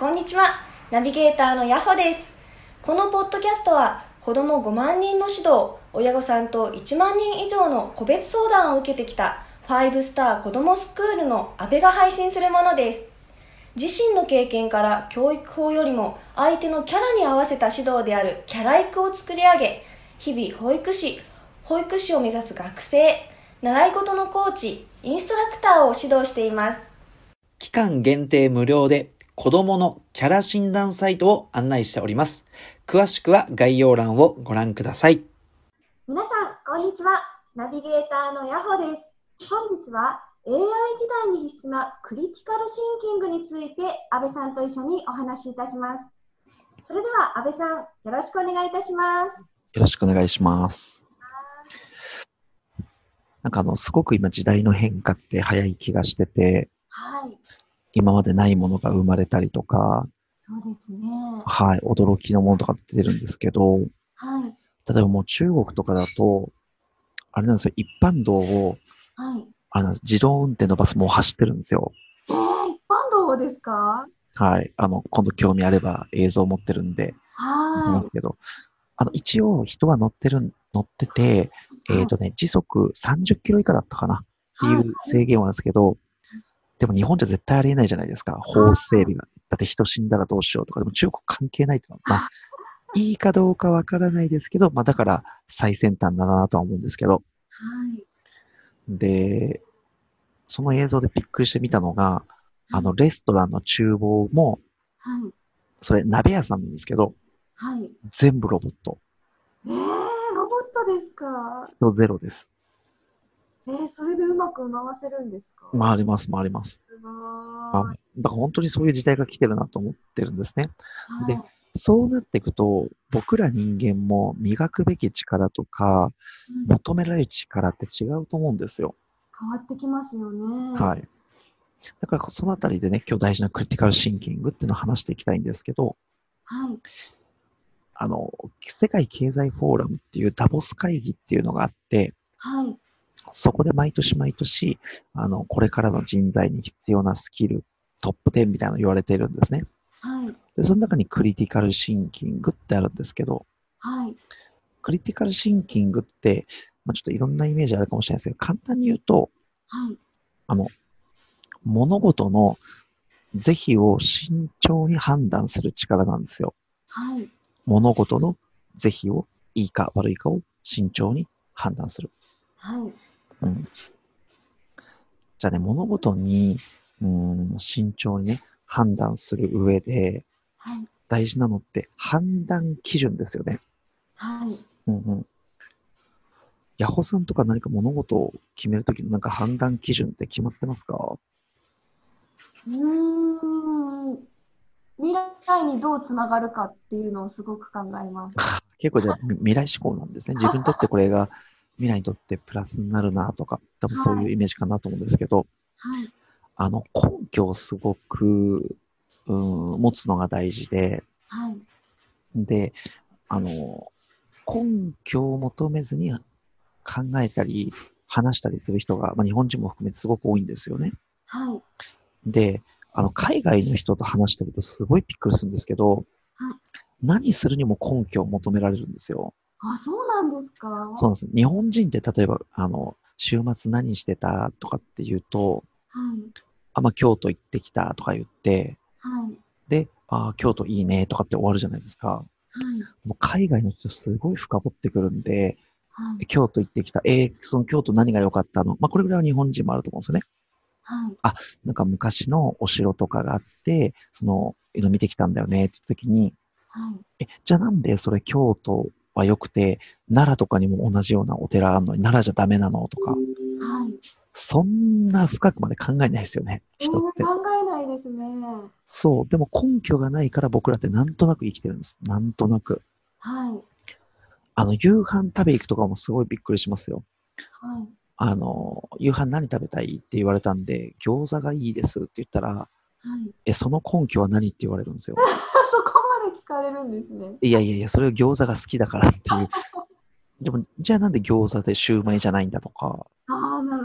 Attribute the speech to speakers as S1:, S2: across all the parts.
S1: こんにちは。ナビゲーターのヤホです。このポッドキャストは子ども5万人の指導、親御さんと1万人以上の個別相談を受けてきた5スター子どもスクールの阿部が配信するものです。自身の経験から教育法よりも相手のキャラに合わせた指導であるキャラ育を作り上げ、日々保育士を目指す学生、習い事のコーチ、インストラクターを指導しています。
S2: 期間限定無料で子供のキャラ診断サイトを案内しております。詳しくは概要欄をご覧ください。
S1: 皆さん、こんにちは。ナビゲーターのヤホです。本日は AI 時代に必須なクリティカルシンキングについて阿部さんと一緒にお話しいたします。それでは阿部さん、よろしくお願いいたします。
S2: よろしくお願いします。すごく今時代の変化って早い気がしてて、
S1: はい。
S2: 今までないものが生まれたりとか、
S1: そうですね。
S2: はい、驚きのものとか出てるんですけど、
S1: はい。
S2: 例えばもう中国とかだと、あれなんですよ、一般道を、
S1: はい。
S2: 自動運転のバスもう走ってるんですよ。
S1: 一般道ですか？
S2: はい。今度興味あれば映像持ってるんで、見せま
S1: は
S2: すけど、一応人は乗ってて、時速30キロ以下だったかなっていう制限はあるんですけど、でも日本じゃ絶対ありえないじゃないですか。法整備が。だって人死んだらどうしようとか、でも中国関係ないと。いいかどうかわからないですけど、だから最先端だなとは思うんですけど。
S1: はい。
S2: で、その映像でびっくりしてみたのが、レストランの厨房も、
S1: はい。
S2: それ鍋屋さんなんですけど、
S1: はい。
S2: 全部ロボット。
S1: ロボットですか？
S2: 人ゼロです。
S1: それでうまく回せるんですか？
S2: 回ります。
S1: すごーい。
S2: だから本当にそういう時代が来てるなと思ってるんですね。で、
S1: はい。
S2: そうなっていくと、僕ら人間も磨くべき力とか、求められる力って違うと思うんですよ。
S1: 変わってきますよね。
S2: はい。だからそのあたりでね、今日大事なクリティカルシンキングっていうのを話していきたいんですけど、
S1: はい。
S2: 世界経済フォーラムっていうダボス会議っていうのがあって、
S1: はい。
S2: そこで毎年、これからの人材に必要なスキル、トップ10みたいなの言われているんですね。
S1: はい。
S2: で、その中にクリティカルシンキングってあるんですけど、
S1: はい。
S2: クリティカルシンキングって、ちょっといろんなイメージあるかもしれないですけど、簡単に言うと、
S1: はい。
S2: 物事の是非を慎重に判断する力なんですよ。
S1: はい。
S2: 物事の是非をいいか悪いかを慎重に判断する。
S1: はい。
S2: じゃあね、物事に、慎重にね、判断する上で、
S1: はい。
S2: 大事なのって判断基準ですよね。
S1: はい。
S2: ヤホさんとか何か物事を決めるときの判断基準って決まってますか？
S1: 未来にどうつながるかっていうのをすごく考えます。
S2: 結構じゃあ未来志向なんですね。自分にとってこれが未来にとってプラスになるなとか、多分そういうイメージかなと思うんですけど、
S1: はい。
S2: 根拠をすごく、持つのが大事で、
S1: はい。
S2: で、根拠を求めずに考えたり、話したりする人が、日本人も含めてすごく多いんですよね。
S1: はい。
S2: で、海外の人と話してるとすごいびっくりするんですけど、
S1: はい。
S2: 何するにも根拠を求められるんですよ。
S1: そうなんですか？
S2: そうなんですよ。日本人って例えば、週末何してたとかって言うと、
S1: はい。
S2: 京都行ってきたとか言って、
S1: はい。
S2: で、京都いいねとかって終わるじゃないですか。
S1: はい。
S2: もう海外の人すごい深掘ってくるんで、
S1: はい。
S2: 京都行ってきた。その京都何が良かったの？これぐらいは日本人もあると思うんですよね。
S1: はい。
S2: 昔のお城とかがあって、見てきたんだよねって時に、
S1: はい。
S2: じゃあなんでそれ京都は良くて、奈良とかにも同じようなお寺あるのに奈良じゃダメなのとか、
S1: はい。
S2: そんな深くまで考えないですよね、人って。
S1: 考えないですね。
S2: そう。でも根拠がないから僕らってなんとなく生きてるんです。なんとなく。
S1: はい。
S2: 夕飯食べ行くとかもすごいびっくりしますよ。
S1: はい。
S2: 夕飯何食べたいって言われたんで、餃子がいいですって言ったら、
S1: はい。
S2: その根拠は何って言われるんですよ。
S1: そこまで聞かれるんですね。
S2: いやいやいや、それは餃子が好きだからっていう。でも、じゃあなんで餃子でシューマイじゃないんだとか、
S1: なるほど。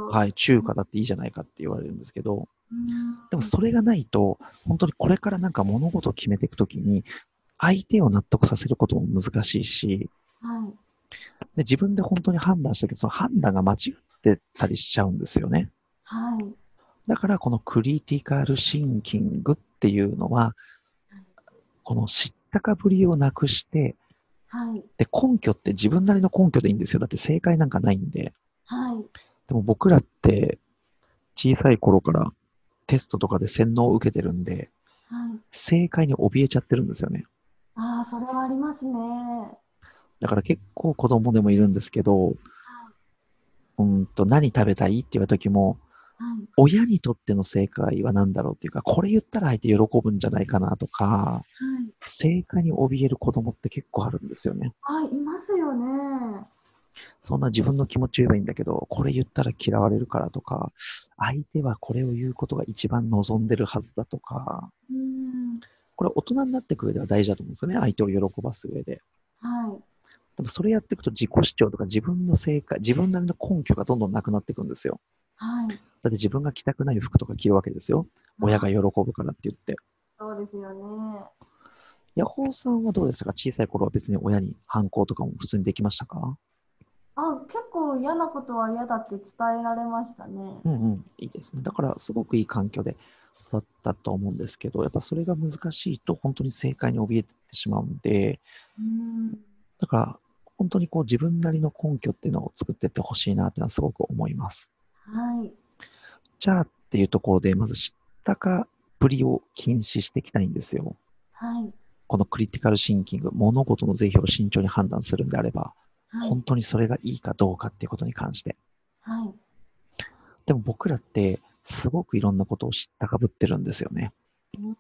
S2: はい、中華だっていいじゃないかって言われるんですけど、
S1: うん。
S2: でもそれがないと、本当にこれからなんか物事を決めていくときに、相手を納得させることも難しいし、
S1: はい。
S2: で、自分で本当に判断したけど、その判断が間違ってたりしちゃうんですよね。
S1: はい。
S2: だからこのクリティカルシンキングっていうのは、この知ったかぶりをなくして、
S1: はい。
S2: で、根拠って自分なりの根拠でいいんですよ。だって正解なんかないんで。
S1: はい。
S2: でも僕らって小さい頃からテストとかで洗脳を受けてるんで、
S1: はい。
S2: 正解に怯えちゃってるんですよね。
S1: ああ、それはありますね。は
S2: だから結構子供でもいるんですけど、
S1: い。
S2: 何食べたいって言われた時も、
S1: はい。
S2: 親にとっての正解は何だろうっていうか、これ言ったら相手喜ぶんじゃないかなとか、
S1: はい。
S2: 正解に怯える子供って結構あるんですよね。
S1: はい、いますよね。
S2: そんな自分の気持ち言えばいいんだけど、これ言ったら嫌われるからとか、相手はこれを言うことが一番望んでるはずだとか、
S1: うん。
S2: これ大人になっていく上では大事だと思うんですよね。相手を喜ばす上で。
S1: はい。
S2: でもそれやっていくと自己主張とか自分の正解、自分なりの根拠がどんどんなくなっていくんですよ。
S1: はい。
S2: だって自分が着たくない服とか着るわけですよ。親が
S1: あ、
S2: 喜ぶからって言って。
S1: そうですよね。
S2: ヤホーさんはどうですか？小さい頃は別に親に反抗とかも普通にできましたか？
S1: あ、結構嫌なことは嫌だって伝えられましたね。
S2: うんうん、いいですね。だからすごくいい環境で育ったと思うんですけど、やっぱそれが難しいと本当に正解に怯えてしまうんで、
S1: うん。
S2: だから本当にこう自分なりの根拠っていうのを作っていってほしいなっていうのはすごく思います。
S1: はい。
S2: じゃあっていうところで、まず知ったかぶりを禁止していきたいんですよ。
S1: はい。
S2: このクリティカルシンキング、物事の是非を慎重に判断するんであれば、
S1: はい。
S2: 本当にそれがいいかどうかっていうことに関して。
S1: はい。
S2: でも僕らってすごくいろんなことを知ったかぶってるんですよね。
S1: うん。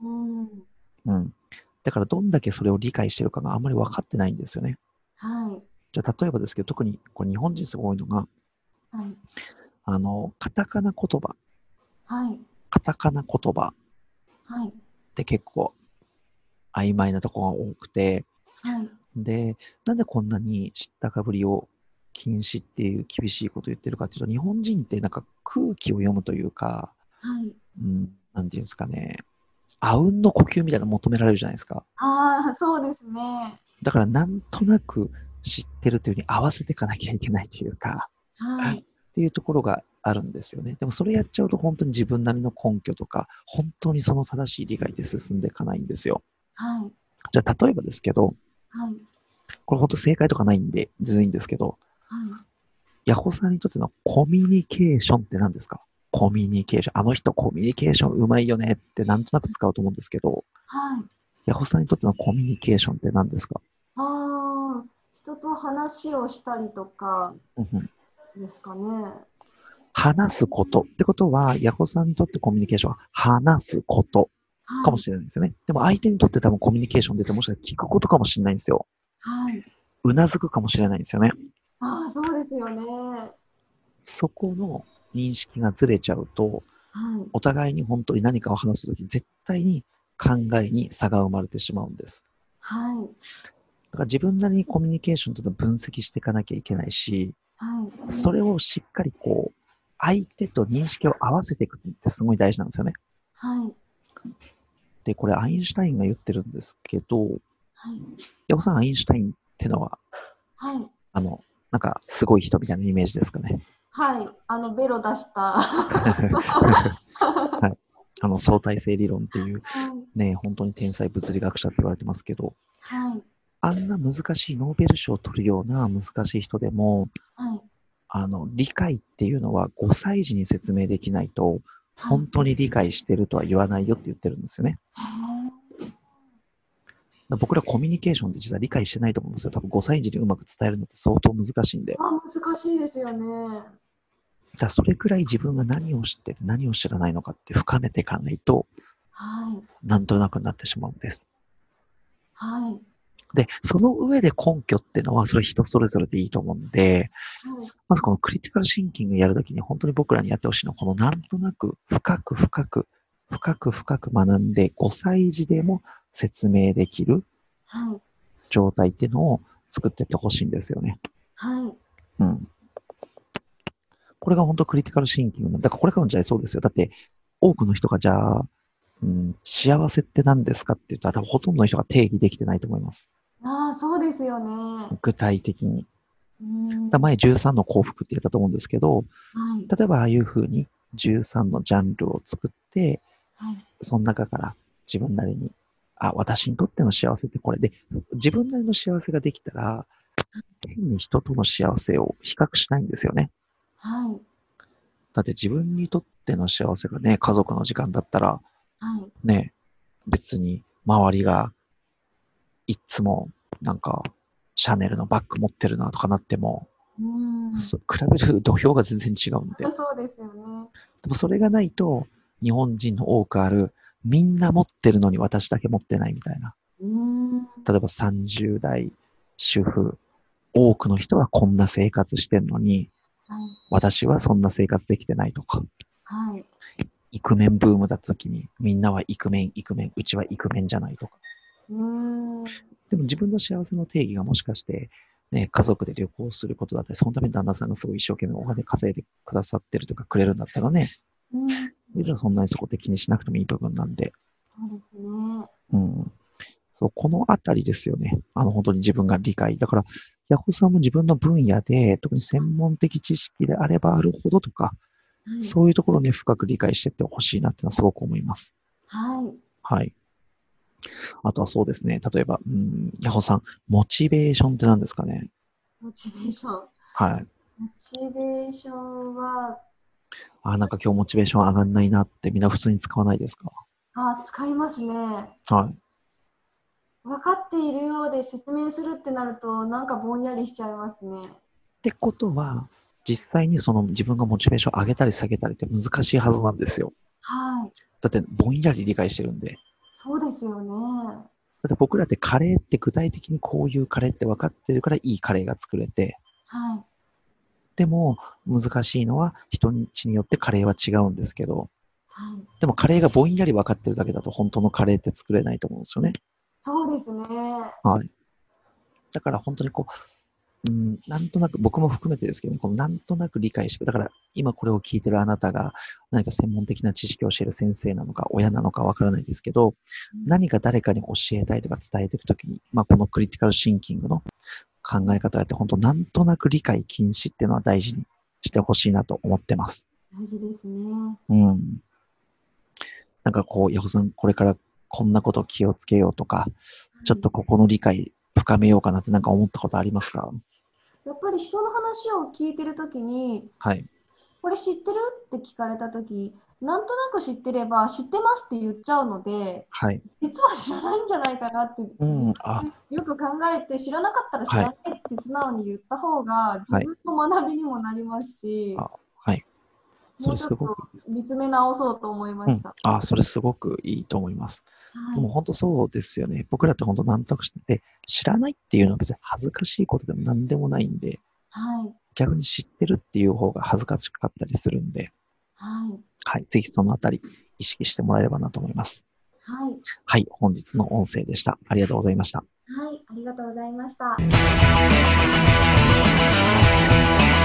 S2: うん。だからどんだけそれを理解してるかがあんまり分かってないんですよね。
S1: はい。
S2: じゃあ例えばですけど、特にこれ日本人すごいのが、
S1: はい。
S2: カタカナ言葉、
S1: はい。
S2: カタカナ言葉
S1: はい。
S2: って結構曖昧なところが多くて、
S1: はい。
S2: で、なんでこんなに知ったかぶりを禁止っていう厳しいことを言ってるかっていうと、日本人ってなんか空気を読むというか、
S1: はい。
S2: なんていうんですかね、あうんの呼吸みたいなの求められるじゃないですか。
S1: ああ、そうですね。
S2: だからなんとなく知ってるというに合わせていかなきゃいけないというか、
S1: はい。
S2: っていうところがあるんですよね。でもそれやっちゃうと本当に自分なりの根拠とか、本当にその正しい理解で進んでいかないんですよ。
S1: はい。
S2: じゃあ例えばですけど、
S1: はい。
S2: これ本当正解とかないんで、全然いいんですけど、
S1: はい。
S2: ヤホさんにとってのコミュニケーションって何ですか？コミュニケーション。あの人コミュニケーションうまいよねってなんとなく使うと思うんですけど、
S1: はい。
S2: ヤホさんにとってのコミュニケーションって何ですか？
S1: ああ、人と話をしたりとか
S2: うんうん、
S1: ですかね。
S2: 話すことってことは、ヤホさんにとってコミュニケーションは話すことかも
S1: はい。
S2: しれないんですよね。でも相手にとって多分コミュニケーションって言ってもしかしたら聞くことかもしれないんですよ。
S1: はい。
S2: うなずくかもしれないんですよね。
S1: ああ、そうですよね。
S2: そこの認識がずれちゃうと、
S1: はい。
S2: お互いに本当に何かを話すとき、絶対に考えに差が生まれてしまうんです。
S1: はい。
S2: だから自分なりにコミュニケーションというのを分析していかなきゃいけないし、
S1: はい。
S2: それをしっかりこう、相手と認識を合わせていくってすごい大事なんですよね。
S1: はい。
S2: で、これアインシュタインが言ってるんですけど、
S1: はい。
S2: ヤホさん、アインシュタインってのは、
S1: はい。
S2: あの、なんかすごい人みたいなイメージですかね。
S1: はい。ベロ出した。
S2: はい。相対性理論っていう
S1: はい。
S2: ね、本当に天才物理学者って言われてますけど、
S1: はい。
S2: あんな難しいノーベル賞を取るような難しい人でも、
S1: はい。
S2: 理解っていうのは5歳児に説明できないと、
S1: はい。
S2: 本当に理解してるとは言わないよって言ってるんですよね。
S1: へえ。
S2: 僕らコミュニケーションって実は理解してないと思うんですよ。多分5歳児にうまく伝えるのって相当難しいんで。
S1: あ、難しいですよね。
S2: じゃあそれくらい自分が何を知ってて何を知らないのかって深めていかないと、
S1: はい。
S2: なんとなくなってしまうんです。
S1: はい。
S2: で、その上で根拠っていうのは、それ人それぞれでいいと思うんで、
S1: はい。
S2: まずこのクリティカルシンキングやるときに本当に僕らにやってほしいのは、このなんとなく深く学んで5歳児でも説明できる
S1: はい。
S2: 状態っていうのを作っていってほしいんですよね。
S1: はい。
S2: うん。 これが本当クリティカルシンキングなんだ。だからこれからの時代そうですよ。だって、多くの人がじゃあ、幸せって何ですかって言ったら、多分ほとんどの人が定義できてないと思います。
S1: ああ、そうですよね。
S2: 具体的に。
S1: うん。
S2: だ前13の幸福って言ったと思うんですけど、
S1: はい。
S2: 例えばああいうふうに13のジャンルを作って、
S1: はい。
S2: その中から自分なりに、私にとっての幸せってこれで、自分なりの幸せができたら、変に人との幸せを比較しないんですよね。
S1: はい。
S2: だって自分にとっての幸せがね、家族の時間だったら、
S1: はい。
S2: ね、別に周りがいつもなんかシャネルのバッグ持ってるなとかなっても、
S1: うん。
S2: 比べる土俵が全然違うんで。
S1: そうですよね。
S2: でもそれがないと、日本人の多くある、みんな持ってるのに私だけ持ってないみたいな。
S1: うん。
S2: 例えば30代主婦、多くの人はこんな生活してるのに、
S1: はい。
S2: 私はそんな生活できてないとか。
S1: はい。
S2: イクメンブームだった時に、みんなはイクメン、イクメン、うちはイクメンじゃないとか。
S1: うん。
S2: でも自分の幸せの定義がもしかして、ね、家族で旅行することだったり、そのために旦那さんがすごい一生懸命お金稼いでくださってるとかくれるんだったらね、
S1: うん。
S2: 実はそんなにそこで気にしなくてもいい部分なんで、
S1: そうですね。
S2: うん。そう、このあたりですよね。本当に自分が理解。だから、ヤホさんも自分の分野で、特に専門的知識であればあるほどとか、
S1: はい。
S2: そういうところをね、深く理解していってほしいなっていうのはすごく思います。
S1: はい。
S2: はい。あとはそうですね。例えば、ヤホさん、モチベーションって何ですかね。
S1: モチベーション。
S2: はい。
S1: モチベーションは、
S2: なんか今日モチベーション上がんないなってみんな普通に使わないですか？
S1: 使いますね。
S2: はい。っ
S1: 分かっているようで説明するってなると、なんかぼんやりしちゃいますね。
S2: てことは、実際にその自分がモチベーション上げたり下げたりって難しいはずなんですよ。
S1: はい。
S2: だってぼんやり理解してるんで。
S1: そうですよね。
S2: だって僕らってカレーって具体的にこういうカレーって分かってるからいいカレーが作れて、
S1: はい。
S2: でも難しいのは人によってカレーは違うんですけど、
S1: はい。
S2: でもカレーがぼんやり分かってるだけだと本当のカレーって作れないと思うんですよね。
S1: そうですね。
S2: はい。だから本当になんとなく、僕も含めてですけど、このなんとなく理解して、だから今これを聞いてるあなたが何か専門的な知識を教える先生なのか親なのかわからないですけど、何か誰かに教えたいとか伝えていくときに、このクリティカルシンキングの考え方をやって、本当なんとなく理解禁止っていうのは大事にしてほしいなと思ってます。
S1: 大事ですね。
S2: うん。なんかヤホさん、これからこんなこと気をつけようとか、ちょっとここの理解深めようかなってなんか思ったことありますか？
S1: やっぱり人の話を聞いてるときに、
S2: はい。
S1: これ知ってるって聞かれたとき、なんとなく知ってれば知ってますって言っちゃうので、
S2: はい。
S1: 実は知らないんじゃないかなって自分でよく考えて、知らなかったら知らないって素直に言った方が自分の学びにもなりますし、
S2: はい。
S1: もうちょっと見つめ直そうと思いました。
S2: それすごくいいと思います。
S1: はい、
S2: でも本当そうですよね。僕らって本当なんとなくしてて、知らないっていうのは別に恥ずかしいことでも何でもないんで、
S1: はい、
S2: 逆に知ってるっていう方が恥ずかしかったりするんで、
S1: はい、
S2: はい。ぜひそのあたり意識してもらえればなと思います。
S1: はい。
S2: はい。本日の音声でした。ありがとうございました。
S1: はい、ありがとうございました。